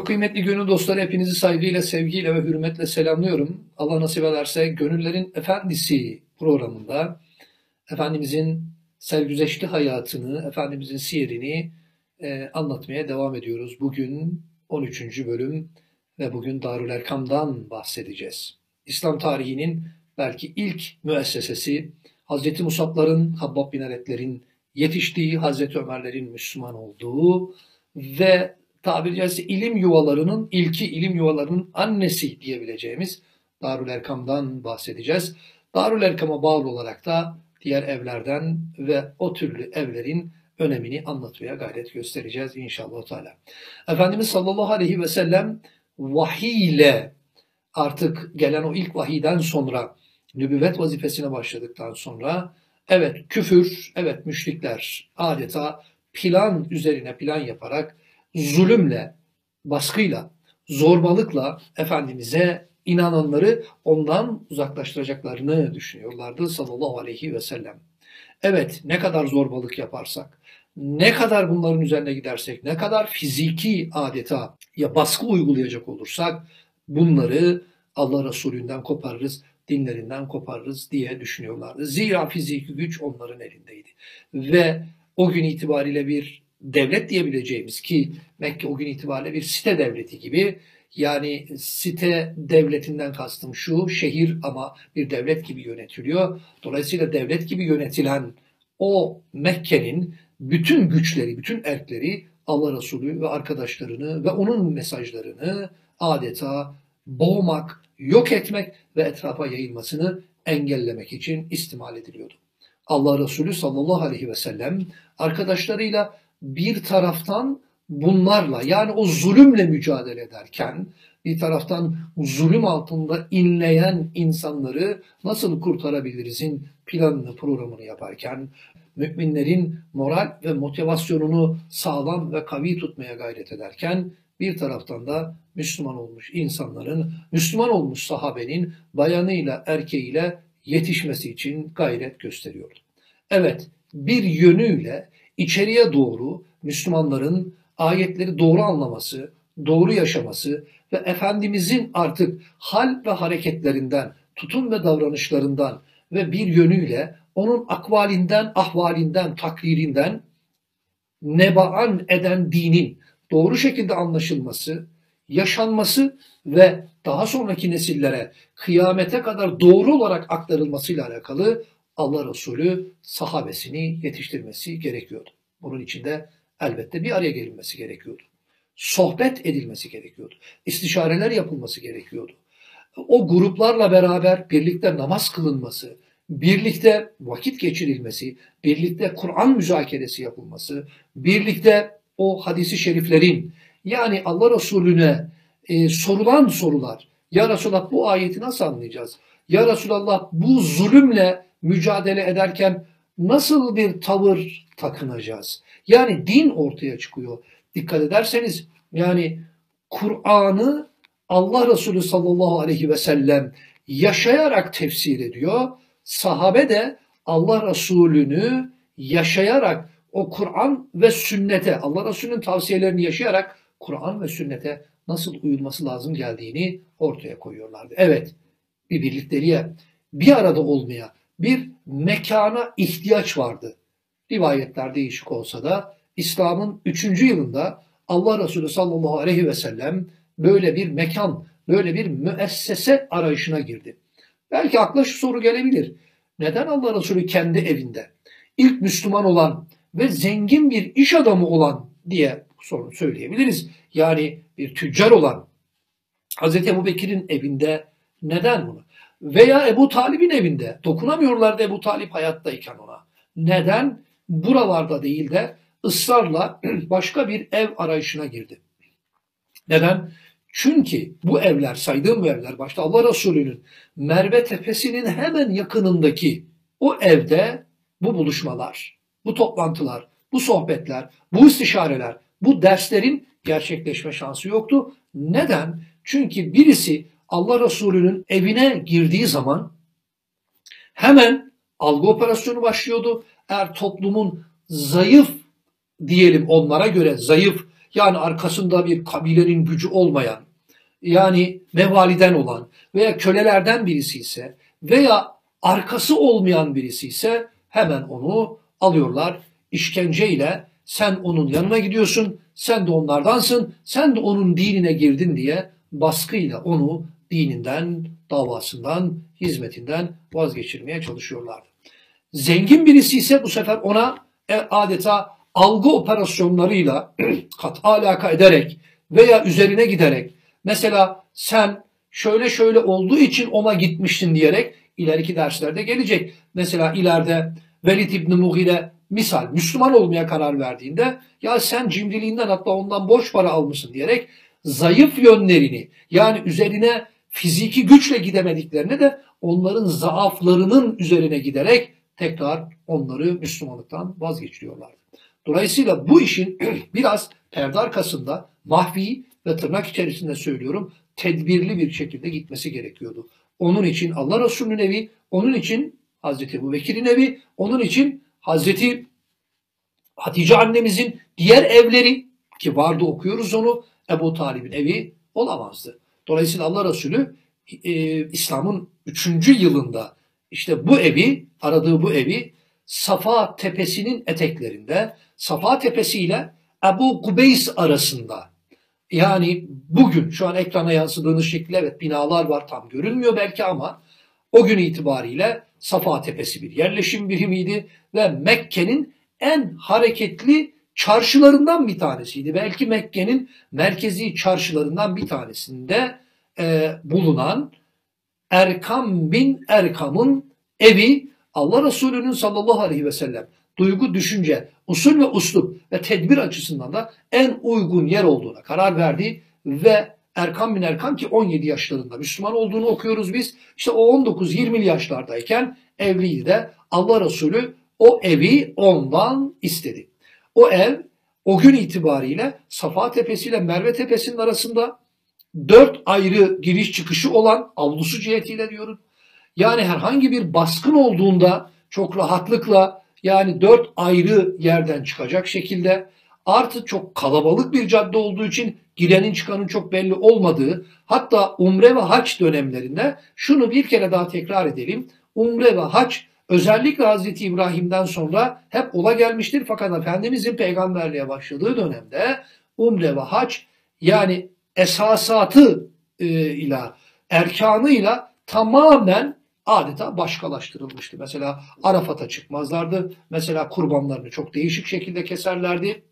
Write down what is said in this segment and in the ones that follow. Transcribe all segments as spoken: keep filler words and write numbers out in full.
Çok kıymetli gönül dostları, hepinizi saygıyla, sevgiyle ve hürmetle selamlıyorum. Allah nasip ederse Gönüllerin Efendisi programında Efendimizin sergüzeşti hayatını, Efendimizin siyerini e, anlatmaya devam ediyoruz. Bugün on üçüncü bölüm ve bugün Darül Erkam'dan bahsedeceğiz. İslam tarihinin belki ilk müessesesi, Hazreti Musab'ların, Habbab bin Eretler'in yetiştiği, Hazreti Ömer'lerin Müslüman olduğu ve tabiri caizse ilim yuvalarının ilki, ilim yuvalarının annesi diyebileceğimiz Darül Erkam'dan bahsedeceğiz. Darül Erkam'a bağlı olarak da diğer evlerden ve o türlü evlerin önemini anlatmaya gayret göstereceğiz inşallah Teala. Efendimiz sallallahu aleyhi ve sellem vahiy ile artık gelen o ilk vahiyden sonra nübüvvet vazifesine başladıktan sonra evet küfür, evet müşrikler adeta plan üzerine plan yaparak zulümle, baskıyla, zorbalıkla Efendimiz'e inananları ondan uzaklaştıracaklarını düşünüyorlardı sallallahu aleyhi ve sellem. Evet, ne kadar zorbalık yaparsak, ne kadar bunların üzerine gidersek, ne kadar fiziki adeta ya baskı uygulayacak olursak bunları Allah Resulü'nden koparırız, dinlerinden koparırız diye düşünüyorlardı. Zira fiziki güç onların elindeydi. Ve o gün itibariyle bir devlet diyebileceğimiz ki Mekke o gün itibariyle bir site devleti gibi, yani site devletinden kastım şu, şehir ama bir devlet gibi yönetiliyor. Dolayısıyla devlet gibi yönetilen o Mekke'nin bütün güçleri, bütün erkleri Allah Resulü ve arkadaşlarını ve onun mesajlarını adeta boğmak, yok etmek ve etrafa yayılmasını engellemek için istimal ediliyordu. Allah Resulü sallallahu aleyhi ve sellem arkadaşlarıyla bir taraftan bunlarla, yani o zulümle mücadele ederken bir taraftan zulüm altında inleyen insanları nasıl kurtarabilirizin planını, programını yaparken müminlerin moral ve motivasyonunu sağlam ve kavi tutmaya gayret ederken bir taraftan da Müslüman olmuş insanların, Müslüman olmuş sahabenin bayanıyla erkeğiyle yetişmesi için gayret gösteriyordu. Evet, bir yönüyle içeriye doğru Müslümanların ayetleri doğru anlaması, doğru yaşaması ve Efendimizin artık hal ve hareketlerinden, tutum ve davranışlarından ve bir yönüyle onun akvalinden, ahvalinden, takririnden nebaan eden dinin doğru şekilde anlaşılması, yaşanması ve daha sonraki nesillere kıyamete kadar doğru olarak aktarılmasıyla alakalı Allah Resulü sahabesini yetiştirmesi gerekiyordu. Bunun için de elbette bir araya gelinmesi gerekiyordu. Sohbet edilmesi gerekiyordu. İstişareler yapılması gerekiyordu. O gruplarla beraber birlikte namaz kılınması, birlikte vakit geçirilmesi, birlikte Kur'an müzakeresi yapılması, birlikte o hadisi şeriflerin, yani Allah Resulüne e, sorulan sorular, ya Resulallah bu ayeti nasıl anlayacağız? Ya Resulallah bu zulümle mücadele ederken nasıl bir tavır takınacağız? Yani din ortaya çıkıyor. Dikkat ederseniz yani Kur'an'ı Allah Resulü sallallahu aleyhi ve sellem yaşayarak tefsir ediyor. Sahabe de Allah Resulü'nü yaşayarak o Kur'an ve sünnete, Allah Resulü'nün tavsiyelerini yaşayarak Kur'an ve sünnete nasıl uyulması lazım geldiğini ortaya koyuyorlardı. Evet, bir birlikteliğe, bir arada olmaya, bir mekana ihtiyaç vardı. Rivayetler değişik olsa da İslam'ın üçüncü yılında Allah Resulü sallallahu aleyhi ve sellem böyle bir mekan, böyle bir müessese arayışına girdi. Belki akla şu soru gelebilir. Neden Allah Resulü kendi evinde, ilk Müslüman olan ve zengin bir iş adamı olan diye sorun söyleyebiliriz. Yani bir tüccar olan Hazreti Ebubekir'in evinde neden bunu? Veya Ebu Talib'in evinde dokunamıyorlardı Ebu Talip hayattayken ona. Neden buralarda değil de ısrarla başka bir ev arayışına girdi? Neden? Çünkü bu evler, saydığım bu evler, başta Allah Resulü'nün Merve Tepesi'nin hemen yakınındaki o evde bu buluşmalar, bu toplantılar, bu sohbetler, bu istişareler, bu derslerin gerçekleşme şansı yoktu. Neden? Çünkü birisi Allah Resulü'nün evine girdiği zaman hemen algı operasyonu başlıyordu. Eğer toplumun zayıf, diyelim onlara göre zayıf, yani arkasında bir kabilenin gücü olmayan, yani mevaliden olan veya kölelerden birisi ise veya arkası olmayan birisi ise hemen onu alıyorlar işkenceyle. Sen onun yanına gidiyorsun, sen de onlardansın, sen de onun dinine girdin diye baskıyla onu dininden, davasından, hizmetinden vazgeçirmeye çalışıyorlardı. Zengin birisi ise bu sefer ona adeta algı operasyonlarıyla kat alaka ederek veya üzerine giderek, mesela sen şöyle şöyle olduğu için ona gitmiştin diyerek ileriki derslerde gelecek. Mesela ileride Velid İbni Mughire misal Müslüman olmaya karar verdiğinde ya sen cimriliğinden hatta ondan borç para almışsın diyerek zayıf yönlerini, yani üzerine fiziki güçle gidemediklerini de onların zaaflarının üzerine giderek tekrar onları Müslümanlıktan vazgeçiriyorlardı. Dolayısıyla bu işin biraz perde arkasında mahfi ve tırnak içerisinde söylüyorum tedbirli bir şekilde gitmesi gerekiyordu. Onun için Allah Resulü'nün evi, onun için Hazreti Ebubekir'in evi, onun için Hazreti Hatice annemizin diğer evleri ki vardı okuyoruz onu, Ebu Talib'in evi olamazdı. Dolayısıyla Allah Resulü e, İslam'ın üçüncü yılında işte bu evi, aradığı bu evi Safa Tepesi'nin eteklerinde, Safa Tepesi ile Ebu Kubeys arasında, yani bugün şu an ekrana yansıdığınız şekilde evet binalar var, tam görünmüyor belki ama o gün itibariyle Safa Tepesi bir yerleşim birimiydi ve Mekke'nin en hareketli çarşılarından bir tanesiydi. Belki Mekke'nin merkezi çarşılarından bir tanesinde e, bulunan Erkam bin Erkam'ın evi Allah Resulü'nün sallallahu aleyhi ve sellem duygu, düşünce, usul ve uslup ve tedbir açısından da en uygun yer olduğuna karar verdi ve Erkam bin Erkam ki on yedi yaşlarında Müslüman olduğunu okuyoruz biz. İşte o on dokuz yirmili yaşlardayken evliydi de Allah Resulü o evi ondan istedi. O ev o gün itibariyle Safa Tepesi ile Merve Tepesi'nin arasında dört ayrı giriş çıkışı olan, avlusu cihetiyle diyorum. Yani herhangi bir baskın olduğunda çok rahatlıkla, yani dört ayrı yerden çıkacak şekilde, artı çok kalabalık bir cadde olduğu için girenin çıkanın çok belli olmadığı, hatta umre ve hac dönemlerinde şunu bir kere daha tekrar edelim. Umre ve hac özellikle Hazreti İbrahim'den sonra hep ola gelmiştir. Fakat Efendimizin peygamberliğe başladığı dönemde umre ve hac, yani esasatı e, ile erkanıyla tamamen adeta başkalaştırılmıştı. Mesela Arafat'a çıkmazlardı. Mesela kurbanlarını çok değişik şekilde keserlerdi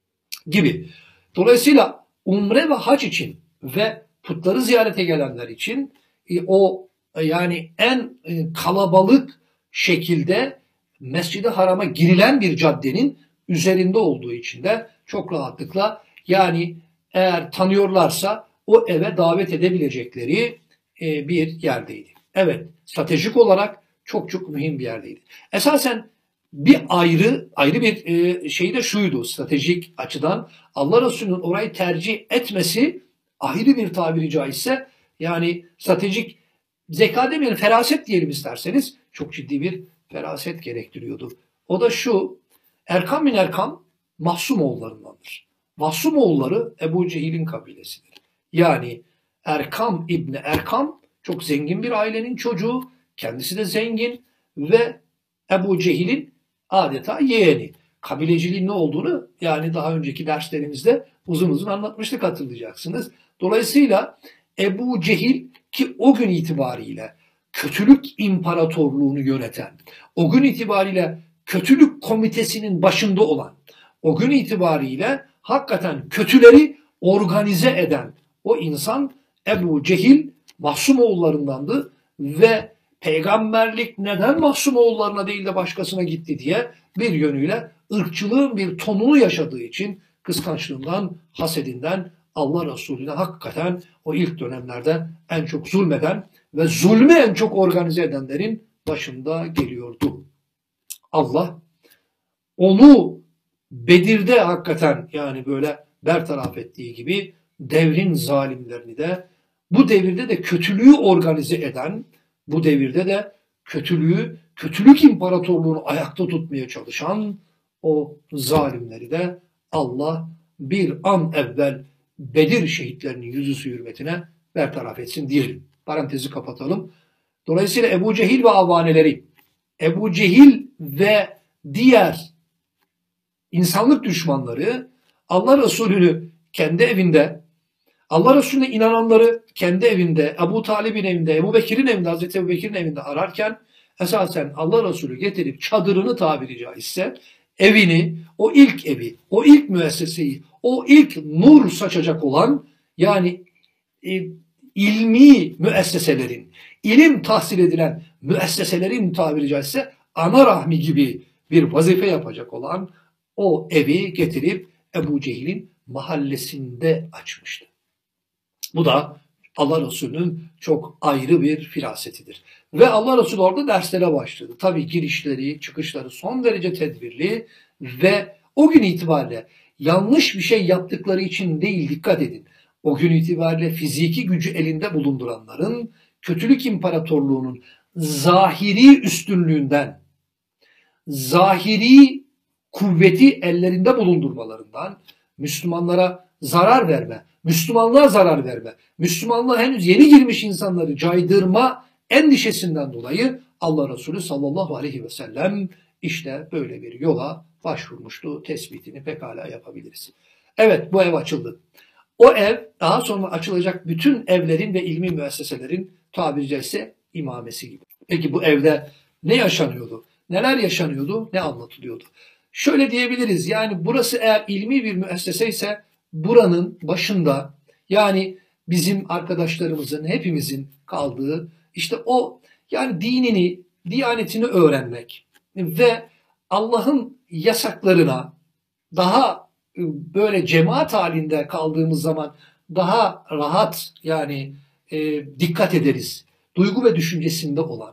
gibi. Dolayısıyla umre ve hac için ve putları ziyarete gelenler için e, o e, yani en e, kalabalık şekilde Mescid-i Haram'a girilen bir caddenin üzerinde olduğu için de çok rahatlıkla, yani eğer tanıyorlarsa o eve davet edebilecekleri e, bir yerdeydi. Evet, stratejik olarak çok çok mühim bir yerdeydi. Esasen bir ayrı ayrı bir e, şey de şuydu stratejik açıdan, Allah Resulü'nün orayı tercih etmesi ayrı bir tabiri caizse, yani stratejik zeka demeyelim, feraset diyelim isterseniz, çok ciddi bir feraset gerektiriyordu. O da şu: Erkam bin Erkam Mahsumoğullarındandır. Mahsumoğulları Ebu Cehil'in kabilesidir. Yani Erkam İbni Erkam çok zengin bir ailenin çocuğu, kendisi de zengin ve Ebu Cehil'in adeta yeğeni. Kabileciliğin ne olduğunu yani daha önceki derslerimizde uzun uzun anlatmıştık, hatırlayacaksınız. Dolayısıyla Ebu Cehil ki o gün itibariyle kötülük imparatorluğunu yöneten, o gün itibariyle kötülük komitesinin başında olan, o gün itibariyle hakikaten kötüleri organize eden o insan Ebu Cehil Mahsumoğullarındandı ve peygamberlik neden Mahsumoğullarına değil de başkasına gitti diye bir yönüyle ırkçılığın bir tonunu yaşadığı için kıskançlığından, hasedinden Allah Resulüne hakikaten o ilk dönemlerde en çok zulmeden ve zulmü en çok organize edenlerin başında geliyordu. Allah onu Bedir'de hakikaten yani böyle bertaraf ettiği gibi devrin zalimlerini de, bu devirde de kötülüğü organize eden, bu devirde de kötülüğü, kötülük imparatorluğunu ayakta tutmaya çalışan o zalimleri de Allah bir an evvel Bedir şehitlerinin yüzüsü hürmetine bertaraf etsin diyelim. Parantezi kapatalım. Dolayısıyla Ebu Cehil ve avaneleri, Ebu Cehil ve diğer insanlık düşmanları Allah Resulü'nü kendi evinde, Allah Resulüne inananları kendi evinde, Ebu Talib'in evinde, Ebu Bekir'in evinde, Hazreti Ebu Bekir'in evinde ararken esasen Allah Resulü getirip çadırını tabiri caizse evini, o ilk evi, o ilk müesseseyi, o ilk nur saçacak olan yani e, ilmi müesseselerin, ilim tahsil edilen müesseselerin tabiri caizse ana rahmi gibi bir vazife yapacak olan o evi getirip Ebu Cehil'in mahallesinde açmıştı. Bu da Allah Resulü'nün çok ayrı bir firasetidir. Ve Allah Resulü orada derslere başladı. Tabii girişleri, çıkışları son derece tedbirli ve o gün itibariyle yanlış bir şey yaptıkları için değil, dikkat edin. O gün itibariyle fiziki gücü elinde bulunduranların kötülük imparatorluğunun zahiri üstünlüğünden, zahiri kuvveti ellerinde bulundurmalarından Müslümanlara zarar verme, Müslümanlığa zarar verme, Müslümanlığa henüz yeni girmiş insanları caydırma endişesinden dolayı Allah Resulü sallallahu aleyhi ve sellem işte böyle bir yola başvurmuştu. Tespitini pekala yapabiliriz. Evet, bu ev açıldı. O ev daha sonra açılacak bütün evlerin ve ilmi müesseselerin tabiri caizse imamesi gibi. Peki bu evde ne yaşanıyordu? Neler yaşanıyordu? Ne anlatılıyordu? Şöyle diyebiliriz, yani burası eğer ilmi bir müessese ise buranın başında yani bizim arkadaşlarımızın, hepimizin kaldığı işte o yani dinini, diyanetini öğrenmek ve Allah'ın yasaklarına daha böyle cemaat halinde kaldığımız zaman daha rahat yani e, dikkat ederiz. Duygu ve düşüncesinde olan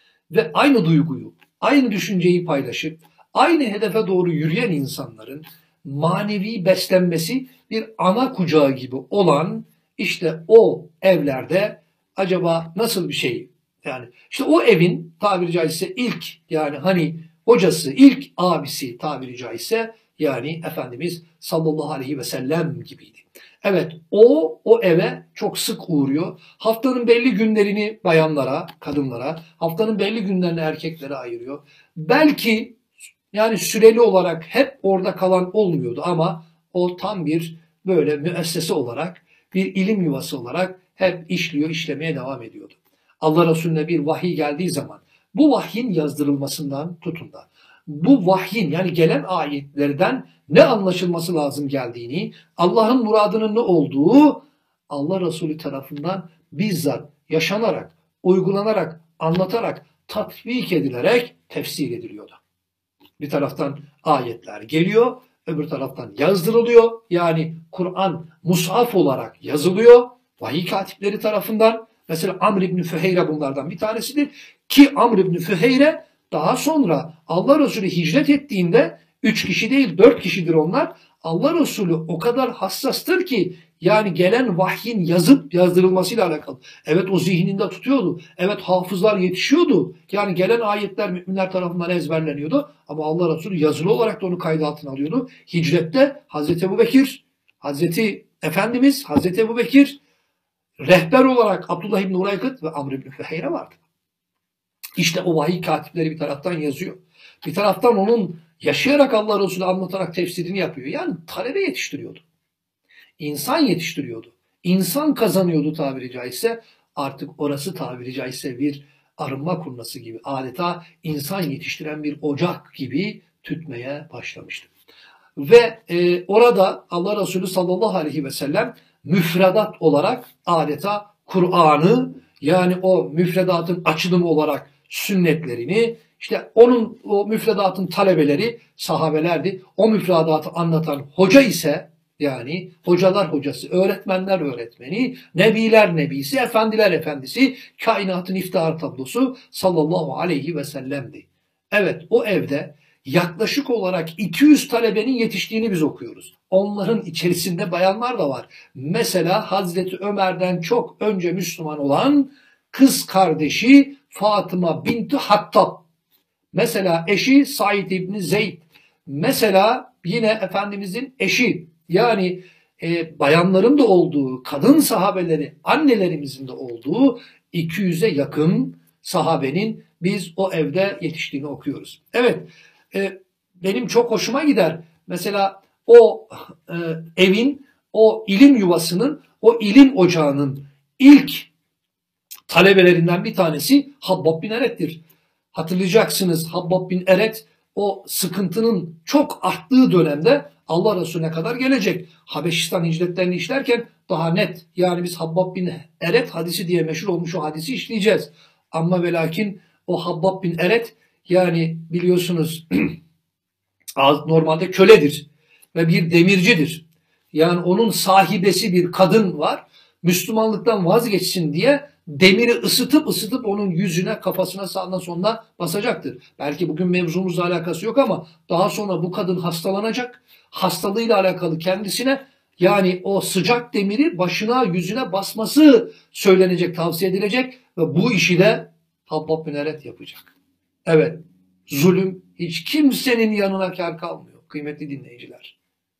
ve aynı duyguyu, aynı düşünceyi paylaşıp aynı hedefe doğru yürüyen insanların manevi beslenmesi bir ana kucağı gibi olan işte o evlerde acaba nasıl bir şey? Yani işte o evin tabiri caizse ilk yani hani hocası, ilk abisi tabiri caizse yani Efendimiz sallallahu aleyhi ve sellem gibiydi. Evet, o o eve çok sık uğruyor. Haftanın belli günlerini bayanlara, kadınlara, haftanın belli günlerini erkeklere ayırıyor. Belki yani süreli olarak hep orada kalan olmuyordu ama o tam bir böyle müessese olarak, bir ilim yuvası olarak hep işliyor, işlemeye devam ediyordu. Allah Resulüne bir vahiy geldiği zaman bu vahyin yazdırılmasından tutun da bu vahyin yani gelen ayetlerden ne anlaşılması lazım geldiğini, Allah'ın muradının ne olduğu Allah Resulü tarafından bizzat yaşanarak, uygulanarak, anlatarak, tatbik edilerek tefsir ediliyordu. Bir taraftan ayetler geliyor, öbür taraftan yazdırılıyor. Yani Kur'an mushaf olarak yazılıyor vahiy katipleri tarafından. Mesela Amr İbni Füheyre bunlardan bir tanesidir. Ki Amr İbni Füheyre daha sonra Allah Resulü hicret ettiğinde üç kişi değil dört kişidir onlar. Allah Resulü o kadar hassastır ki yani gelen vahyin yazıp yazdırılmasıyla alakalı. Evet o zihninde tutuyordu. Evet hafızlar yetişiyordu. Yani gelen ayetler müminler tarafından ezberleniyordu. Ama Allah Resulü yazılı olarak da onu kaydı altına alıyordu. Hicrette Hazreti Ebu Bekir, Hazreti Efendimiz, Hazreti Ebu Bekir, rehber olarak Abdullah İbni Uraykıt ve Amr İbni Füheyre vardı. İşte o vahiy katipleri bir taraftan yazıyor. Bir taraftan onun yaşayarak Allah Resulü anlatarak tefsirini yapıyor. Yani talebe yetiştiriyordu. İnsan yetiştiriyordu. İnsan kazanıyordu tabiri caizse. Artık orası tabiri caizse bir arınma kurnası gibi. Adeta insan yetiştiren bir ocak gibi tütmeye başlamıştı. Ve e, orada Allah Resulü sallallahu aleyhi ve sellem müfredat olarak adeta Kur'an'ı yani o müfredatın açılımı olarak sünnetlerini işte onun o müfredatın talebeleri sahabelerdi. O müfredatı anlatan hoca ise yani hocalar hocası, öğretmenler öğretmeni, nebiler nebisi, efendiler efendisi, kainatın iftihar tablosu sallallahu aleyhi ve sellem'di. Evet o evde yaklaşık olarak iki yüz talebenin yetiştiğini biz okuyoruz. Onların içerisinde bayanlar da var. Mesela Hazreti Ömer'den çok önce Müslüman olan kız kardeşi Fatıma binti Hattab. Mesela eşi Said İbni Zeyd. Mesela yine Efendimizin eşi Yani e, bayanların da olduğu, kadın sahabeleri, annelerimizin de olduğu iki yüze yakın sahabenin biz o evde yetiştiğini okuyoruz. Evet, e, benim çok hoşuma gider. Mesela o e, evin, o ilim yuvasının, o ilim ocağının ilk talebelerinden bir tanesi Habbab bin Eret'tir. Hatırlayacaksınız, Habbab bin Eret o sıkıntının çok arttığı dönemde Allah Resulüne kadar gelecek. Habeşistan hicretlerini işlerken daha net, yani biz Habbab bin Eret hadisi diye meşhur olmuş o hadisi işleyeceğiz. Ama ve lakin o Habbab bin Eret, yani biliyorsunuz normalde köledir ve bir demircidir. Yani onun sahibesi bir kadın var. Müslümanlıktan vazgeçsin diye demiri ısıtıp ısıtıp onun yüzüne, kafasına, sağına sonuna basacaktır. Belki bugün mevzumuzla alakası yok ama daha sonra bu kadın hastalanacak. Hastalığıyla alakalı kendisine, yani o sıcak demiri başına, yüzüne basması söylenecek, tavsiye edilecek ve bu işi de Habbab bin Eret yapacak. Evet, zulüm hiç kimsenin yanına kâr kalmıyor kıymetli dinleyiciler.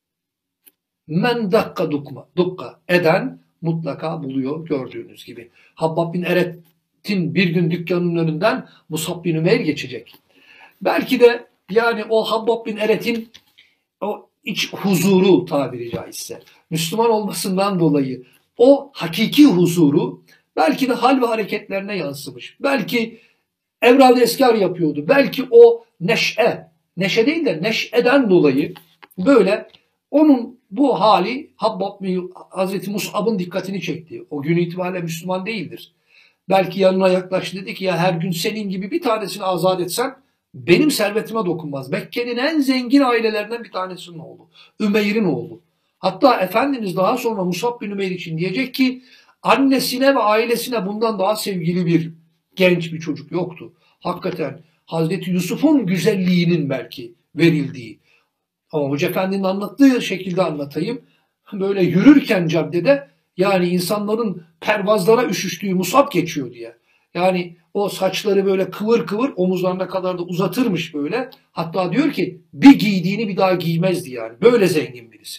Men dakka dukma, dukka eden mutlaka buluyor gördüğünüz gibi. Habbab bin Eret'in bir gün dükkanının önünden Musab bin Ümeyr geçecek. Belki de yani o Habbab bin Eret'in o iç huzuru tabiri caizse, Müslüman olmasından dolayı o hakiki huzuru belki de hal ve hareketlerine yansımış. Belki evrad-ı eskar yapıyordu. Belki o neşe, neşe değil de neşeden dolayı böyle onun bu hali Habbab Hazreti Mus'ab'ın dikkatini çekti. O gün itibariyle Müslüman değildir. Belki yanına yaklaştı, dedi ki ya her gün senin gibi bir tanesini azat etsem benim servetime dokunmaz. Mekke'nin en zengin ailelerinden bir tanesinin oğlu. Ümeyr'in oğlu. Hatta Efendimiz daha sonra Musab bin Ümeyr için diyecek ki annesine ve ailesine bundan daha sevgili bir genç bir çocuk yoktu. Hakikaten Hazreti Yusuf'un güzelliğinin belki verildiği. Ama Hoca Efendi'nin anlattığı şekilde anlatayım. Böyle yürürken caddede yani insanların pervazlara üşüştüğü Musab geçiyor diye. Yani o saçları böyle kıvır kıvır omuzlarına kadar da uzatırmış böyle. Hatta diyor ki bir giydiğini bir daha giymezdi yani. Böyle zengin birisi.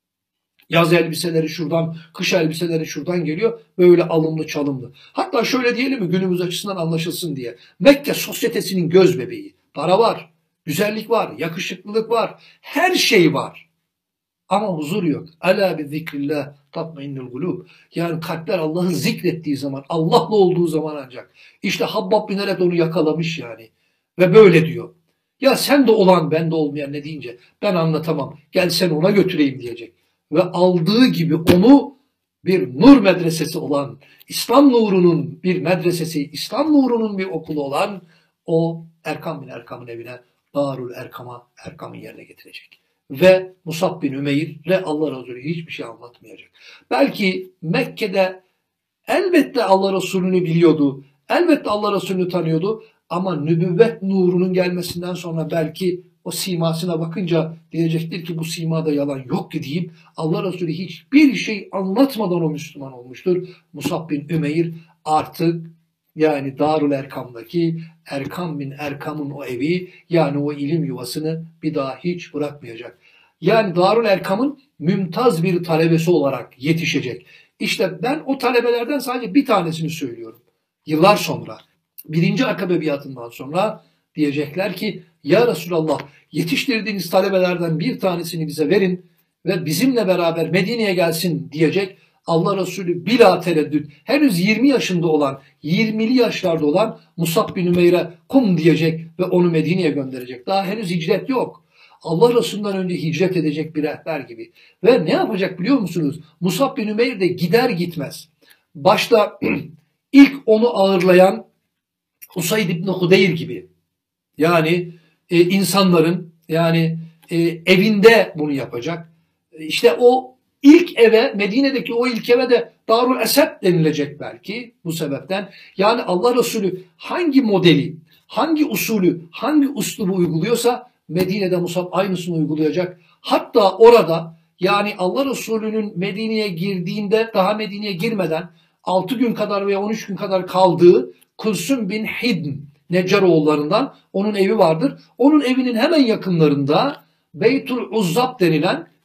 Yaz elbiseleri şuradan, kış elbiseleri şuradan geliyor. Böyle alımlı çalımlı. Hatta şöyle diyelim mi günümüz açısından anlaşılsın diye. Mekke sosyetesinin göz bebeği. Para var, güzellik var, yakışıklılık var. Her şey var. Ama huzur yok. Ala bi zikrillah tatmainnul kulub. Yani kalpler Allah'ın zikrettiği zaman, Allah'la olduğu zaman ancak. İşte Habbab bin Eret onu yakalamış yani. Ve böyle diyor. Ya sen de olan ben de olmayan ne deyince ben anlatamam. Gel sen ona götüreyim diyecek. Ve aldığı gibi onu bir nur medresesi olan, İslam nurunun bir medresesi, İslam nurunun bir okulu olan o Erkam bin Erkam'ın evine, Darul Erkam'a, Erkam'ın yerine getirecek. Ve Musab bin Ümeyr'e Allah Resulü hiçbir şey anlatmayacak. Belki Mekke'de elbette Allah Resulü'nü biliyordu, elbette Allah Resulü'nü tanıyordu ama nübüvvet nurunun gelmesinden sonra belki o simasına bakınca diyecektir ki bu simada yalan yok ki deyip Allah Resulü hiçbir şey anlatmadan o Müslüman olmuştur. Musab bin Ümeyr artık yani Darul Erkam'daki Erkam bin Erkam'ın o evi yani o ilim yuvasını bir daha hiç bırakmayacak. Yani Darul Erkam'ın mümtaz bir talebesi olarak yetişecek. İşte ben o talebelerden sadece bir tanesini söylüyorum. Yıllar sonra birinci akabe biatından sonra diyecekler ki ya Resulallah yetiştirdiğiniz talebelerden bir tanesini bize verin ve bizimle beraber Medine'ye gelsin diyecek. Allah Resulü bila tereddüt henüz yirmi yaşında olan, yirmili yaşlarda olan Musab bin Ümeyr'e kum diyecek ve onu Medine'ye gönderecek. Daha henüz hicret yok. Allah Resulü'nden önce hicret edecek bir rehber gibi. Ve ne yapacak biliyor musunuz? Musab bin Ümeyr de gider gitmez. Başta ilk onu ağırlayan Usayd İbni Hudeyr gibi. Yani e, insanların yani e, evinde bunu yapacak. İşte o ilk eve, Medine'deki o ilk eve de Darul Esed denilecek belki bu sebepten. Yani Allah Resulü hangi modeli, hangi usulü, hangi uslubu uyguluyorsa Medine'de Musab aynısını uygulayacak. Hatta orada yani Allah Resulü'nün Medine'ye girdiğinde daha Medine'ye girmeden altı gün kadar veya on üç gün kadar kaldığı Kulsum bin Hidn Neccaroğullarından onun evi vardır. Onun evinin hemen yakınlarında Beytul Uzzab denilen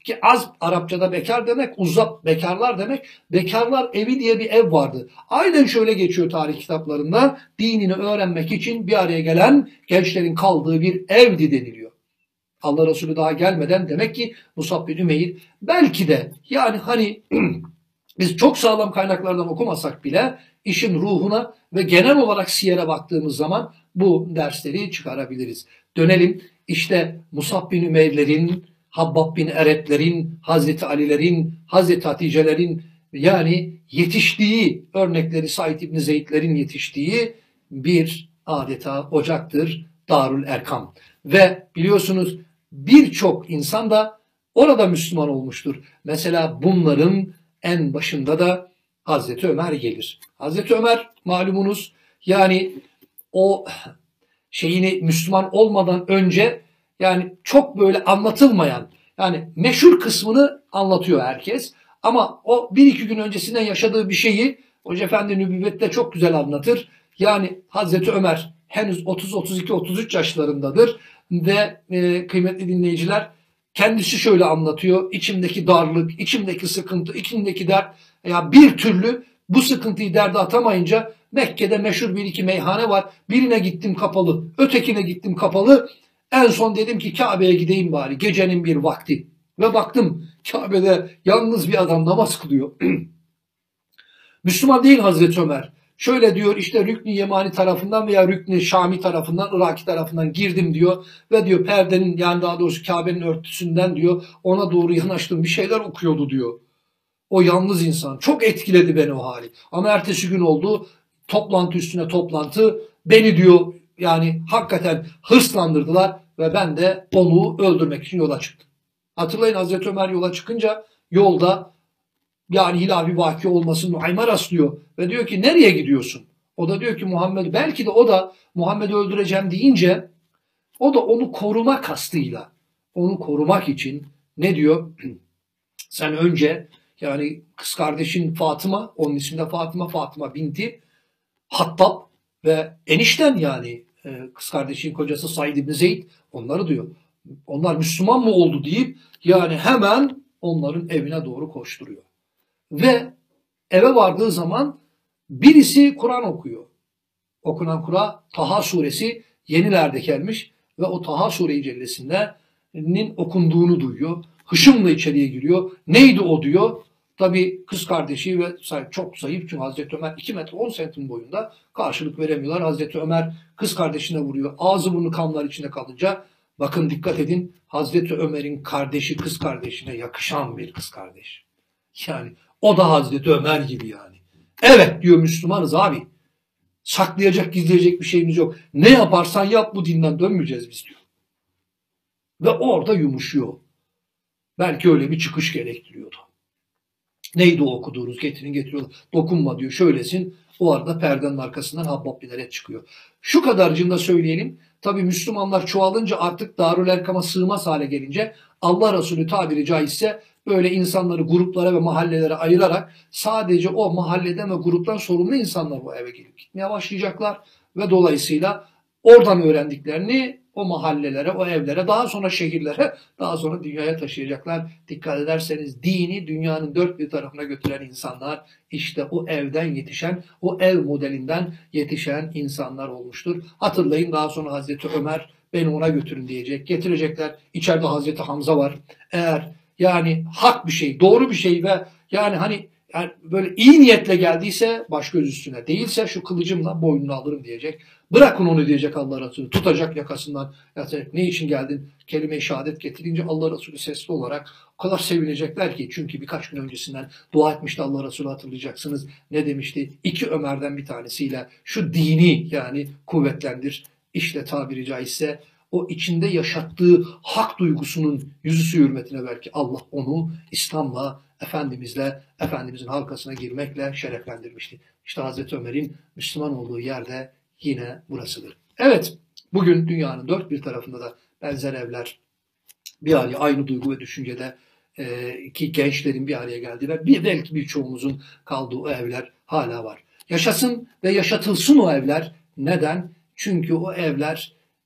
Ki az Arapçada bekar demek, uzak bekarlar demek. Bekarlar evi diye bir ev vardı. Aynen şöyle geçiyor tarih kitaplarında. Dinini öğrenmek için bir araya gelen gençlerin kaldığı bir evdi deniliyor. Allah Resulü daha gelmeden demek ki Musab bin Ümeyr belki de yani hani biz çok sağlam kaynaklardan okumasak bile işin ruhuna ve genel olarak siyere baktığımız zaman bu dersleri çıkarabiliriz. Dönelim işte Musab bin Ümeyr'lerin, Habbab bin Eret'lerin, Hazreti Ali'lerin, Hazreti Hatice'lerin yani yetiştiği örnekleri Said İbni Zeyd'lerin yetiştiği bir adeta ocaktır Darül Erkam. Ve biliyorsunuz birçok insan da orada Müslüman olmuştur. Mesela bunların en başında da Hazreti Ömer gelir. Hazreti Ömer malumunuz yani o şeyini Müslüman olmadan önce yani çok böyle anlatılmayan yani meşhur kısmını anlatıyor herkes. Ama o bir iki gün öncesinden yaşadığı bir şeyi Hoca Efendi Nübüvvet'te çok güzel anlatır. Yani Hazreti Ömer henüz otuz, otuz iki, otuz üç yaşlarındadır ve e, kıymetli dinleyiciler kendisi şöyle anlatıyor. İçimdeki darlık, içimdeki sıkıntı, içimdeki dert ya bir türlü bu sıkıntıyı derde atamayınca Mekke'de meşhur bir iki meyhane var. Birine gittim kapalı, ötekine gittim kapalı. En son dedim ki Kabe'ye gideyim bari gecenin bir vakti. Ve baktım Kabe'de yalnız bir adam namaz kılıyor. Müslüman değil Hazreti Ömer. Şöyle diyor işte Rükn-i Yemani tarafından veya Rükn-i Şami tarafından, Iraki tarafından girdim diyor. Ve diyor perdenin yani daha doğrusu Kabe'nin örtüsünden diyor ona doğru yanaştım bir şeyler okuyordu diyor. O yalnız insan. Çok etkiledi beni o hali. Ama ertesi gün oldu. Toplantı üstüne toplantı. Beni diyor yani hakikaten hırslandırdılar. Ve ben de onu öldürmek için yola çıktım. Hatırlayın Hazreti Ömer yola çıkınca yolda yani hilafi vaki olmasın Nuaym'a rastlıyor. Ve diyor ki nereye gidiyorsun? O da diyor ki Muhammed belki de o da Muhammed'i öldüreceğim deyince o da onu koruma kastıyla onu korumak için ne diyor? Sen önce yani kız kardeşin Fatıma, onun ismi de Fatıma, Fatıma binti Hattab ve enişten yani kız kardeşin kocası Said İbni Zeyd onları diyor. Onlar Müslüman mı oldu deyip yani hemen onların evine doğru koşturuyor. Ve eve vardığı zaman birisi Kur'an okuyor. Okunan Kur'an Taha suresi yenilerde gelmiş ve o Taha sure-i cellesinin okunduğunu duyuyor. Hışımla içeriye giriyor. Neydi o diyor. Tabii kız kardeşi ve çok zayıf çünkü Hazreti Ömer iki metre on santim boyunda karşılık veremiyorlar. Hazreti Ömer kız kardeşine vuruyor. Ağzı burnu kanlar içinde kalınca bakın dikkat edin Hazreti Ömer'in kardeşi kız kardeşine yakışan bir kız kardeş. Yani o da Hazreti Ömer gibi yani. Evet diyor Müslümanız abi. Saklayacak gizleyecek bir şeyimiz yok. Ne yaparsan yap bu dinden dönmeyeceğiz biz diyor. Ve orada yumuşuyor. Belki öyle bir çıkış gerektiriyordu. Neydi o okuduğunuz getirin getiriyorlar. Dokunma diyor şöylesin. O arada perdenin arkasından Habbab bin Eret çıkıyor. Şu kadarcığını da söyleyelim. Tabi Müslümanlar çoğalınca artık Darül Erkam'a sığmaz hale gelince Allah Resulü tabiri caizse böyle insanları gruplara ve mahallelere ayırarak sadece o mahalleden ve gruptan sorumlu insanlar bu eve gelip gitmeye başlayacaklar. Ve dolayısıyla oradan öğrendiklerini o mahallelere, o evlere, daha sonra şehirlere, daha sonra dünyaya taşıyacaklar. Dikkat ederseniz dini dünyanın dört bir tarafına götüren insanlar işte o evden yetişen, o ev modelinden yetişen insanlar olmuştur. Hatırlayın daha sonra Hazreti Ömer beni ona götürün diyecek. Getirecekler. İçeride Hazreti Hamza var. Eğer yani hak bir şey, doğru bir şey ve yani hani yani böyle iyi niyetle geldiyse baş göz üstüne, değilse şu kılıcımla boynunu alırım diyecek. Bırakın onu diyecek Allah Resulü. Tutacak yakasından. Yani ne için geldin? Kelime-i şehadet getirince Allah Resulü sesli olarak o kadar sevinecekler ki. Çünkü birkaç gün öncesinden dua etmişti Allah Resulü hatırlayacaksınız. Ne demişti? İki Ömer'den bir tanesiyle şu dini yani kuvvetlendir. İşte tabiri caizse o içinde yaşattığı hak duygusunun yüzüsü hürmetine belki Allah onu İslam'la, Efendimizle, Efendimizin halkasına girmekle şereflendirmişti. İşte Hazreti Ömer'in Müslüman olduğu yerde yine burasıdır. Evet, bugün dünyanın dört bir tarafında da benzer evler, bir araya aynı duygu ve düşüncede e, ki gençlerin bir araya geldiği ve bir, belki birçoğumuzun kaldığı o evler hala var. Yaşasın ve yaşatılsın o evler. Neden? Çünkü o evler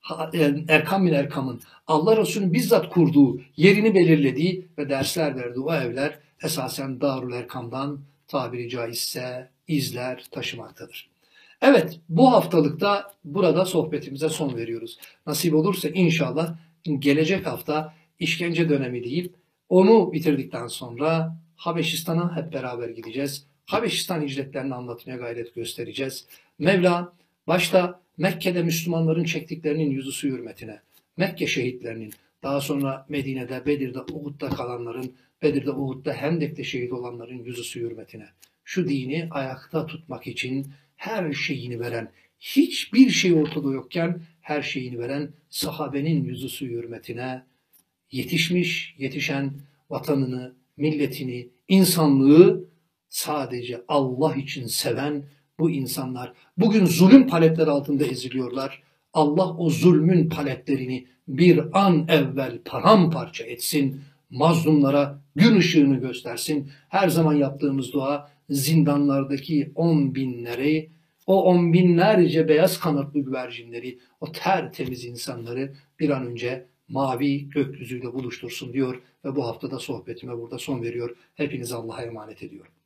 Erkam bin Erkam'ın Allah Resulü'nün bizzat kurduğu, yerini belirlediği ve dersler verdiği o evler esasen Darül Erkam'dan tabiri caizse izler taşımaktadır. Evet, bu haftalıkta burada sohbetimize son veriyoruz. Nasip olursa inşallah gelecek hafta işkence dönemi deyip onu bitirdikten sonra Habeşistan'a hep beraber gideceğiz. Habeşistan hicretlerini anlatmaya gayret göstereceğiz. Mevla başta Mekke'de Müslümanların çektiklerinin yüzüsü hürmetine, Mekke şehitlerinin, daha sonra Medine'de, Bedir'de, Uhud'da kalanların, Bedir'de, Uhud'da, Hendek'te şehit olanların yüzüsü hürmetine, şu dini ayakta tutmak için her şeyini veren, hiçbir şey ortada yokken her şeyini veren sahabenin yüzüsü hürmetine yetişmiş, yetişen vatanını, milletini, insanlığı sadece Allah için seven bu insanlar bugün zulüm paletleri altında eziliyorlar. Allah o zulmün paletlerini bir an evvel paramparça etsin, mazlumlara gün ışığını göstersin. Her zaman yaptığımız dua zindanlardaki on binleri, o on binlerce beyaz kanatlı güvercinleri, o tertemiz insanları bir an önce mavi gökyüzüyle buluştursun diyor ve bu haftada sohbetime burada son veriyor. Hepinizi Allah'a emanet ediyorum.